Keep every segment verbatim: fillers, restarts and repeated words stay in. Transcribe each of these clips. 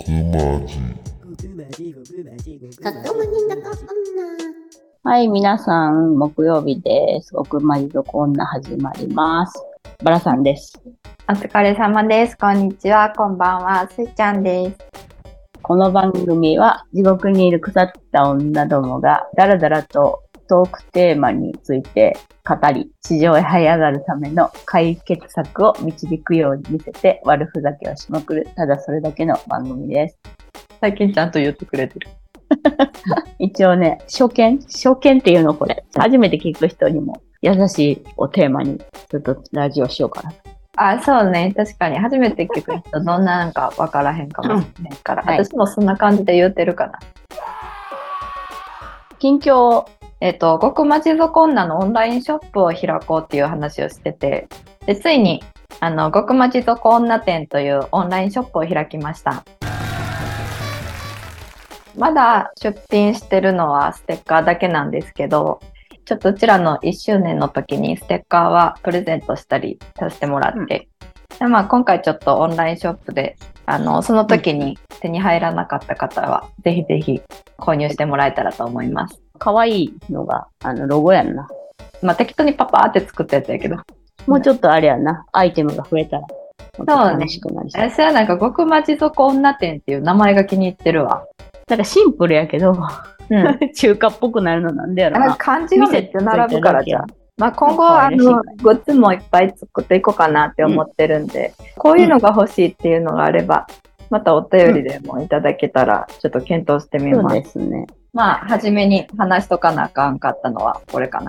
はい、皆さん、木曜日です。奥まり族女始まります。バラさんです。 お疲れ様です。こんにちは、こんばんは、すいちゃんです。 この番組は地獄にいる腐った女どもがだらだらとトークテーマについて語り、地上へ這い上がるための解決策を導くように見せて悪ふざけをしまくる、ただそれだけの番組です。 最近ちゃんと言ってくれてる。 一応ね、初見初見っていうのこれ。初めて聞く人にも優しいをテーマにちょっとラジオしようかな。 あ、そうね。確かに初めて聞く人どんなんか分からへんかもしれないから、うん、はい、私もそんな感じで言ってるかな。 近況、 えっと、極町族女のオンラインショップを開こうっていう話をしてて、でついにあの極町族女店というオンラインショップを開きました。まだ出品してるのはステッカーだけなんですけど、ちょっとうちらのいっしゅうねんの時にステッカーはプレゼントしたりさせてもらって、うん、でまあ、今回ちょっとオンラインショップであのその時に手に入らなかった方は、うん、ぜひぜひ購入してもらえたらと思います。 可愛いのがあのロゴやんな。 まあ、適当にパパーって作ったやつやけど、 もうちょっとあれやな、アイテムが増えたら楽しくなりそう。 私はなんか極町族女店っていう名前が気に入ってるわ。 なんかシンプルやけど、うん、中華っぽくなるのなんでやろな。 漢字がめっちゃ並ぶからじゃん。まあ、今後あのグッズもいっぱい作っていこうかなって思ってるんで、うん、こういうのが欲しいっていうのがあれば、またお便りでもいただけたらちょっと検討してみます。 そうですね。 まあ初めに話しとかなあかんかったのはこれかな。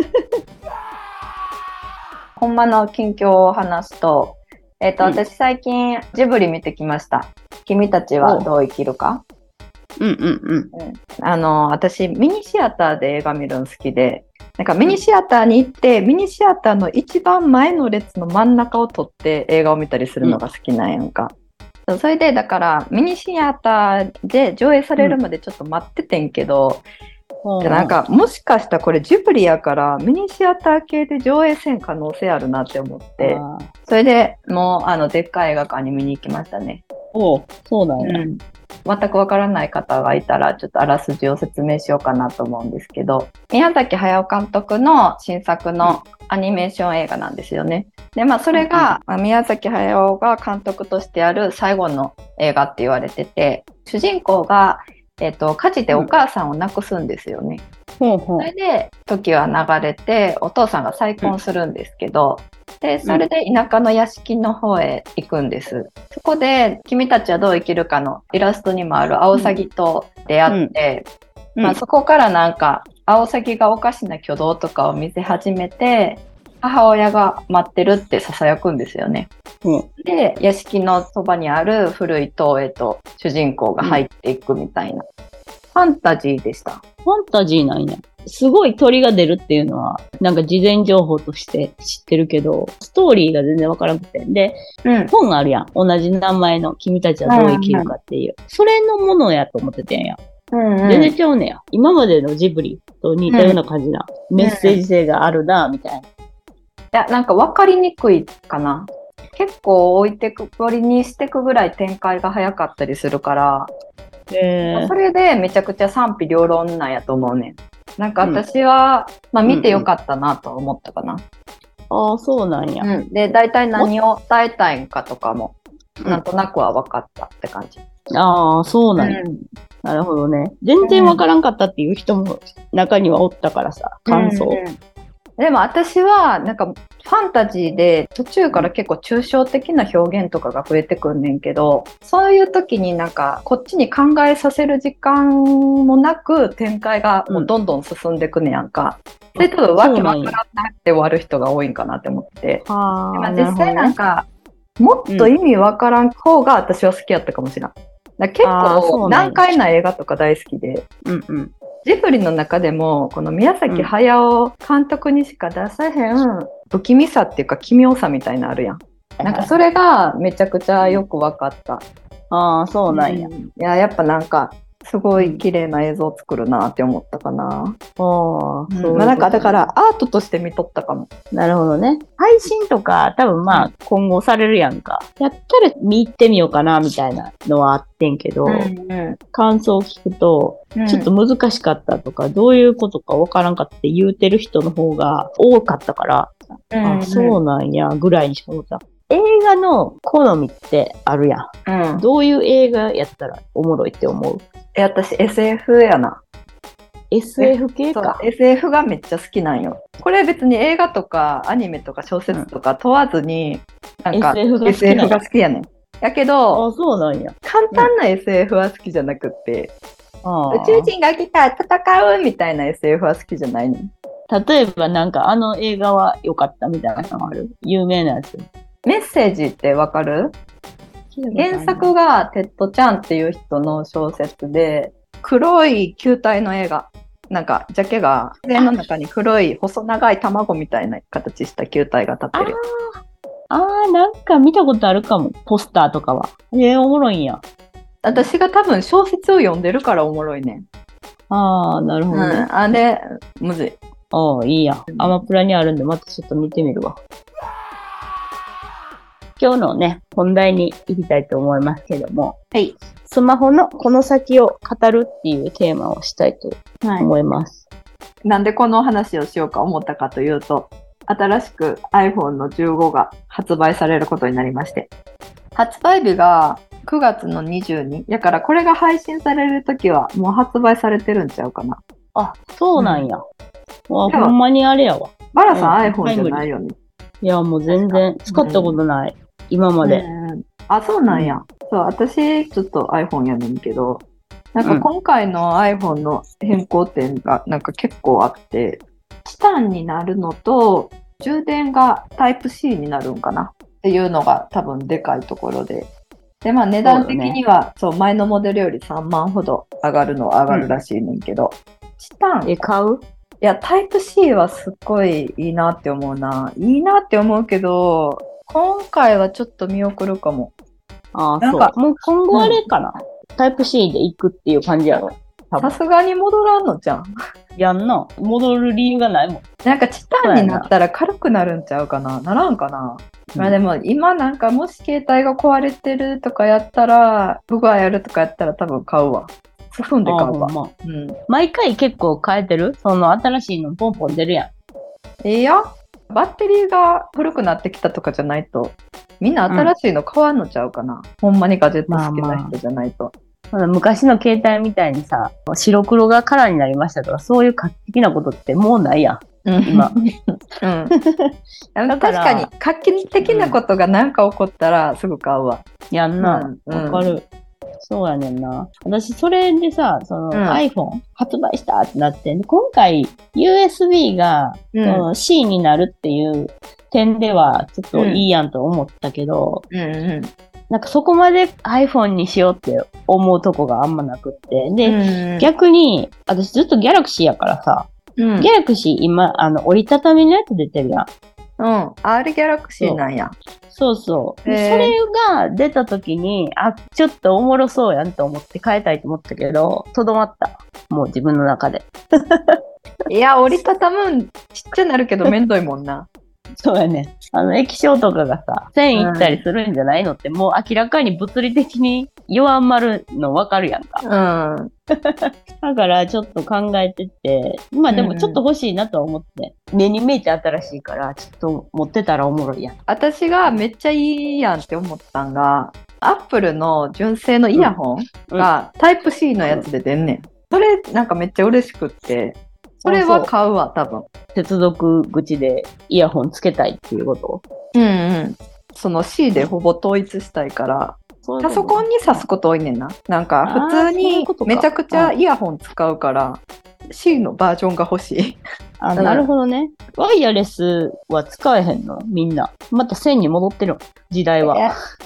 ほんまの近況を話すと、えっと、うん、私最近ジブリ見てきました。君たちはどう生きるか。 うんうんうん。うん、 あの私ミニシアターで映画見るの好きで、なんかミニシアターに行って、うん、ミニシアターの一番前の列の真ん中を撮って映画を見たりするのが好きなんやんか。うん、それでだからミニシアターで上映されるまでちょっと待っててんけど、うん、でなんかもしかしたらこれジブリやからミニシアター系で上映せん可能性あるなって思って、それでもうあのでっかい映画館に見に行きましたね。 お、そうなんや。うん、 全くわからない方がいたらちょっとあらすじを説明しようかなと思うんですけど、宮崎駿監督の新作のアニメーション映画なんですよね。で、まあ、それが、うん、宮崎駿が監督としてやる最後の映画って言われてて、主人公が、えーと、火事でお母さんを亡くすんですよね。うん、それで時は流れてお父さんが再婚するんですけど、うん、でそれで田舎の屋敷の方へ行くんです。そこで君たちはどう生きるかのイラストにもあるアオサギと出会って、うんまあ、そこからなんかアオサギがおかしな挙動とかを見せ始めて、母親が待ってるって囁くんですよね。うん、で屋敷のそばにある古い塔へと主人公が入っていくみたいな、うん、ファンタジーでした。 ファンタジーなんや。すごい鳥が出るっていうのはなんか事前情報として知ってるけど、ストーリーが全然わからなくて、で、うん、本があるやん、同じ名前の君たちはどう生きるかっていう、うんうん、それのものやと思っててんや、うんうん、全然ちゃうねや。今までのジブリと似たような感じな、うん、メッセージ性があるなみたいな。いや、なんか分かりにくいかな。結構置いてくぼりにしてくぐらい展開が早かったりするから、えー、それでめちゃくちゃ賛否両論なんやと思うねん。なんか私は、うんまあ、見てよかったなと思ったかな。 うんうん、ああ、そうなんや。 うん、で、大体何を伝えたいんかとかも、なんとなくは分かったって感じ。 うん、ああ、そうなんや、うん。なるほどね。全然分からんかったっていう人も中にはおったからさ、感想。うんうんでも私はなんかファンタジーで途中から結構抽象的な表現とかが増えてくんねんけど、そういう時になんかこっちに考えさせる時間もなく展開がもうどんどん進んでくねやんか、うん、で多分わけわからなって終わる人が多いんかなって思って、でまあ、実際なんかもっと意味わからん方が私は好きやったかもしれない。だ結構難解な映画とか大好きで、うんうんジブリの中でもこの宮崎駿監督にしか出さへん不気味さっていうか奇妙さみたいなのあるやん。なんかそれがめちゃくちゃよく分かった。 ああ、そうなんや。 うん、いややっぱなんかすごい綺麗な映像を作るなって思ったかな。 ああ、そういうこと。 まあなんかだからアートとして見とったかも。 なるほどね。配信とか多分まあ今後されるやんか。やったら見てみようかなみたいなのはあってんけど、 うんうん、 感想を聞くと、 うん、 ちょっと難しかったとか、どういうことかわからんかって言うてる人の方が多かったから、 うんうん、 あ、そうなんやぐらいにしか思った。映画の好みってあるやん。うん、どういう映画やったらおもろいって思う？ え、私 エスエフ やな。 エスエフ 系か。 エスエフ がめっちゃ好きなんよ。これ別に映画とかアニメとか小説とか問わずに、うん、なんか エスエフ が好きやねん。やけど、 あ、そうなんや。 簡単な エスエフ は好きじゃなくって、うん、宇宙人が来た戦うみたいな エスエフ は好きじゃないねん。 例えばなんかあの映画は良かったみたいなのある？有名なやつ。 メッセージってわかる？原作がテッドちゃんっていう人の小説で、黒い球体の映画。なんか、ジャケが、自然の中に黒い細長い卵みたいな形した球体が立ってる。 あー、あーなんか見たことあるかも。ポスターとかは。えー、おもろいんや。 私が多分小説を読んでるからおもろいねん。 あー、なるほどね。 うん、あれ、むずい。 あー、いいや。アマプラにあるんで、またちょっと見てみるわ。今日のね、本題に行きたいと思いますけども、 はい。 スマホのこの先を語るっていうテーマをしたいと思います。 はい、なんでこの話をしようか思ったかというと、新しく アイフォン のじゅうごが発売されることになりまして、発売日がくがつのにじゅうに、だからこれが配信されるときはもう発売されてるんちゃうかな。 あ、そうなんや。うん、わ、ほんまにあれやわ。 バラさん、うん、iPhone じゃないよね。 いや、もう全然使ったことない。うん、今まで、 うん。あ、そうなんや。うん、そう、私、ちょっと iPhone やねんけど、なんか今回の iPhone の変更点がなんか結構あって、チタンになるのと、充電がタイプ C になるんかなっていうのが多分でかいところで。で、まあ値段的には、そう、ね、そう前のモデルよりさんまんほど上がるのは上がるらしいねんけど、うん、チタン。 え、買う？ いや、タイプ C はすっごいいいなって思うな。いいなって思うけど、今回はちょっと見送るかも。 ああ、なんかそう。もう今後あれかな、うん、タイプ C で行くっていう感じやろ。 さすがに戻らんのじゃん。 やんな。戻る理由がないもん。 なんかチタンになったら軽くなるんちゃうかな。ならんかな。うん、まあでも今なんかもし携帯が壊れてるとかやったら、不具合やるとかやったら多分買うわ。進んで買うわ。 まあうん、毎回結構変えてる？その新しいのポンポン出るやん。いや、バッテリーが古くなってきたとかじゃないと、みんな新しいの買わんのちゃうかな。うん、ほんまにガジェット好きな人じゃないと。 まあまあ、昔の携帯みたいにさ、白黒がカラーになりましたとか、そういう画期的なことってもうないやん。うん、今。うん、 確かに画期的なことが何か起こったらすぐ買うわ。 やんな。わ、うん、かる。そうやねんな。私、それでさ、その、うん、iPhone 発売したってなって、今回 ユーエスビー が、うん、その C になるっていう点ではちょっといいやんと思ったけど、 うんうんうん、 なんかそこまで iPhone にしようって思うとこがあんまなくって。で、 うんうん、 逆に、私ずっと Galaxy やからさ、うん、Galaxy 今、あの、折りたたみのやつ出てるやん。 うん。R ギャラクシーなんや。 そうそう。それが出た時に、あ、ちょっとおもろそうやんと思って変えたいと思ったけど、とどまった。もう自分の中で。 いや、折りたたむんちっちゃなるけどめんどいもんな。 そうやね。あの、液晶とかがさ、線いったりするんじゃないのって、うん、もう明らかに物理的に弱まるの分かるやんか。 うん。 だからちょっと考えてて、まあでもちょっと欲しいなとは思って、うん、目に見えて新しいから、ちょっと持ってたらおもろいやん。 私がめっちゃいいやんって思ったんが、アップルの純正のイヤホンがタイプ C のやつで出んねん。うん、それなんかめっちゃ嬉しくって、それは買うわ、多分。 接続口でイヤホンつけたいっていうこと？ うんうん。その C でほぼ統一したいから、パソコンに挿すこと多いねんな。なんか普通にめちゃくちゃイヤホン使うから、C のバージョンが欲しい。 あ、なるほどね。ワイヤレスは使えへんの？みんな。また線に戻ってる時代は。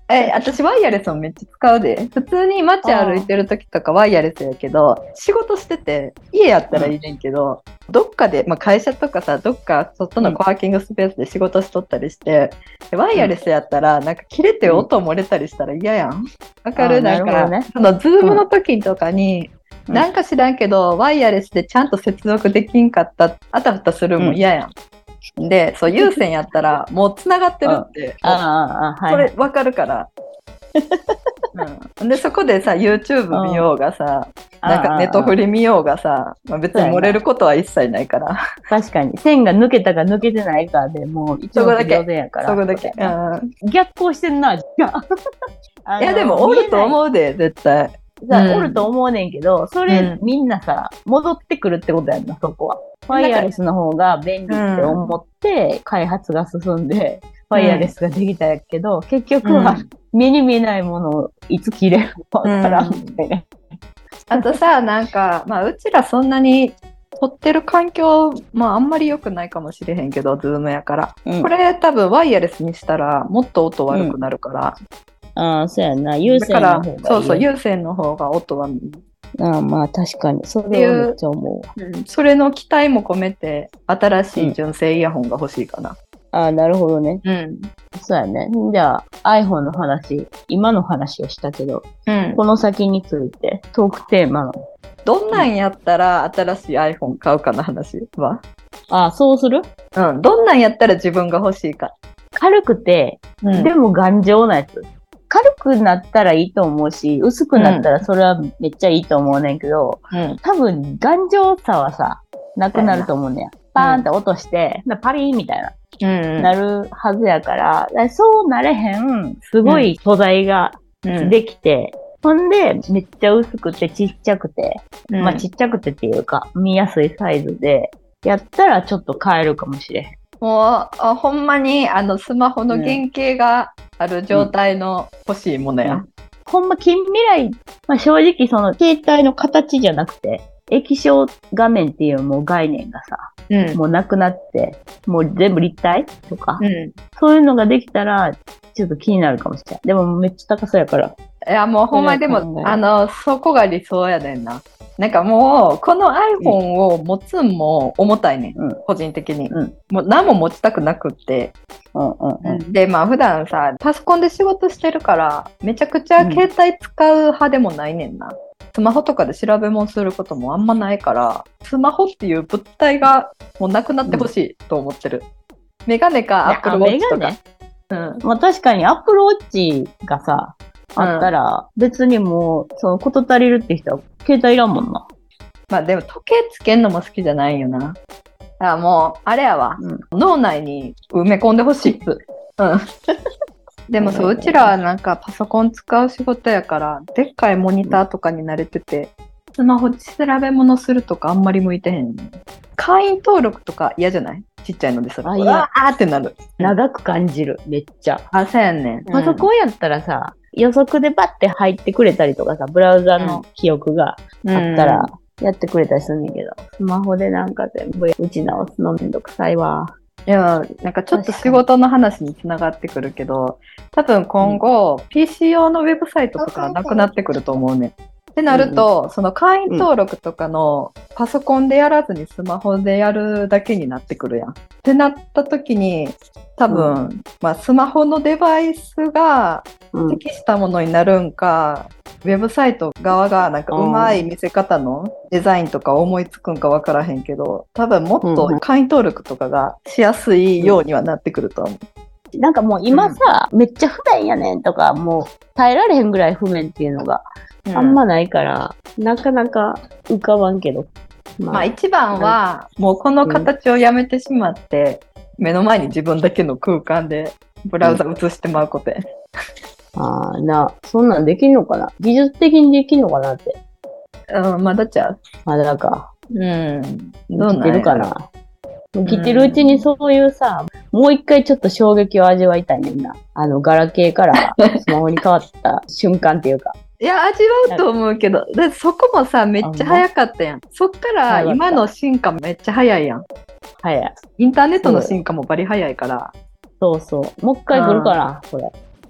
え、私ワイヤレスをめっちゃ使うで。普通に街歩いてる時とかワイヤレスやけど、仕事してて、家やったらいいねんけど、うん、どっかで、まあ、会社とかさ、どっか外のコワーキングスペースで仕事しとったりして、うん、ワイヤレスやったら、なんか切れて音漏れたりしたら嫌やん。わ、うん、かる？なんか、ね、そのズームの時とかに、うん、なんか知らんけど、ワイヤレスでちゃんと接続できんかった、あたふたするのも嫌やん。うん、で、そう、有線やったら、もう繋がってるって、 ああ、 それわかるから。うん、でそこでさ YouTube 見ようがさ、うん、なんかネットフリ見ようがさ、まあ、別に漏れることは一切ないから確かに線が抜けたか抜けてないかでもう一応平等やからそこだけ、うん、 逆行してんな。いやでもおると思うで絶対、 うん、おると思うねんけど、それ、うん、みんなさ戻ってくるってことやんな、そこは。ワイヤレスの方が便利って思って開発が進んで、ワイヤレスができたけど、うん、結局は目に見えないものをいつ切れるかわからんみたいな、うん、 あとさ、なんか、まあ、うちらそんなに撮ってる環境、まあ、あんまり良くないかもしれへんけど、ズームやから、うん、これ多分ワイヤレスにしたらもっと音悪くなるから、 うん、ああそうやな、有線の方がいい。 そうそう、有線の方が音はああまあ確かにそれはめっちゃ思う、 うん、それの期待も込めて新しい純正イヤホンが欲しいかな、 うん、ああなるほどね、 うん、 そうやね。じゃあ iPhone の話、今の話をしたけど、うん、この先についてトークテーマのどんなんやったら新しい iPhone 買うかの話は、 ああそうする？ うん、どんなんやったら自分が欲しいか。 軽くて、うん、でも頑丈なやつ。軽くなったらいいと思うし、薄くなったらそれはめっちゃいいと思うねんけど、うん、多分頑丈さはさ、なくなると思うねん。パーンって落として、うん、パリーンみたいな、うん、なるはずやから、そうなれへん、すごい素材ができて、うん、ほんで、めっちゃ薄くてちっちゃくて、うん、まあちっちゃくてっていうか、見やすいサイズで、やったらちょっと買えるかもしれへん。 もうあほんまにあのスマホの原型がある状態の欲しいものや、うんうん、 ほんま近未来、まあ、正直その携帯の形じゃなくて液晶画面っていうもう概念がさ、うん、もうなくなってもう全部立体とか、うん、そういうのができたらちょっと気になるかもしれない。でもめっちゃ高そうやから。 いやもうほんまにでもあのそこが理想やねんな。なんかもうこの iPhone を持つんも重たいね、うん、個人的に、うん、もう何も持ちたくなくって、うんうんうん、でまあ普段さパソコンで仕事してるからめちゃくちゃ携帯使う派でもないねんな、うん、スマホとかで調べ物することもあんまないからスマホっていう物体がもうなくなってほしいと思ってる、うん、メガネか Apple Watch とか、 うんまあ、確かに Apple Watch がさあったら、うん、別にもうそのこと足りるって人は携帯いらんもんな。 まあでも時計つけんのも好きじゃないよな。だからもうあれやわ、うん、脳内に埋め込んでほしい。うん。でもそううちらはなんかパソコン使う仕事やからでっかいモニターとかに慣れてて、スマホで調べ物するとかあんまり向いてへん、ね。会員登録とか嫌じゃない？ちっちゃいのでそれ。あ、いやあーってなる。 長く感じるめっちゃ。 あ、そうやんねん。 パソコンやったらさ。予測でバッて入ってくれたりとかさ、ブラウザの記憶があったらやってくれたりするんだけど、スマホでなんか全部打ち直すのめんどくさいわ。 いや、なんかちょっと仕事の話につながってくるけど、多分今後、うん、ピーシー 用のウェブサイトとかなくなってくると思うね。ってなると、うん、その会員登録とかのパソコンでやらずにスマホでやるだけになってくるやん。ってなった時に多分、うん、まあ、スマホのデバイスが適したものになるんか、うん、ウェブサイト側がなんかうまい見せ方のデザインとか思いつくんか分からへんけど、多分もっと会員登録とかがしやすいようにはなってくると思う。 なんかもう今さ、うん、めっちゃ不便やねんとかもう耐えられへんぐらい不便っていうのがあんまないから、うん、なかなか浮かばんけど、 まあ、まあ一番はもうこの形をやめてしまって、うん、目の前に自分だけの空間でブラウザ映してまうことや、 うん、ああな、そんなんできんのかな、技術的にできんのかなって。 うん、まだちゃう、 まだか。 うん、 どうなんやろ。できてるかな。生きてるうちにそういうさ、うん、もう一回ちょっと衝撃を味わいたいねんな。あのガラケーからスマホに変わった瞬間っていうか。 いや味わうと思うけど、でそこもさめっちゃ早かったやん。そっから今の進化めっちゃ早いやん。 早い。 インターネットの進化もバリ早いから。 そうそう。もう一回来るかな、これ。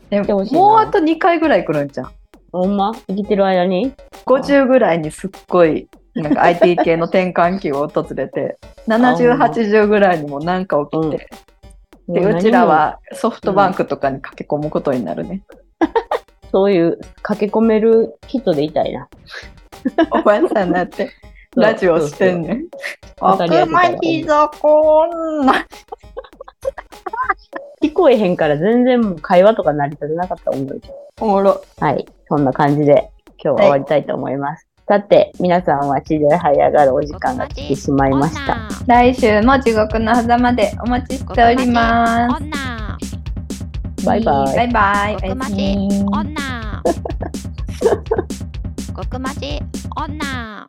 で来てほしいなもうあとにかいぐらい来るんじゃん。 ほんま生きてる間にごじゅうぐらいにすっごいなんか アイティー 系の転換期を訪れてななじゅう、はちじゅうぐらいにもなんか起きて、うん、でうちらはソフトバンクとかに駆け込むことになるね、 うん、そういう駆け込める人でいたいな。 お前さんだってラジオしてんねん。悪魔膝こんな聞こえへんから全然もう会話とか成り立てなかったらおもろいけど。 おもろ。 はい。そんな感じで今日は終わりたいと思います。はい、さて、皆さんは地上へ這い上がるお時間が来てしまいました。 来週も地獄の狭間でお待ちしております。 バイバイ。 バイバイ。 極マジ女。極マジ女。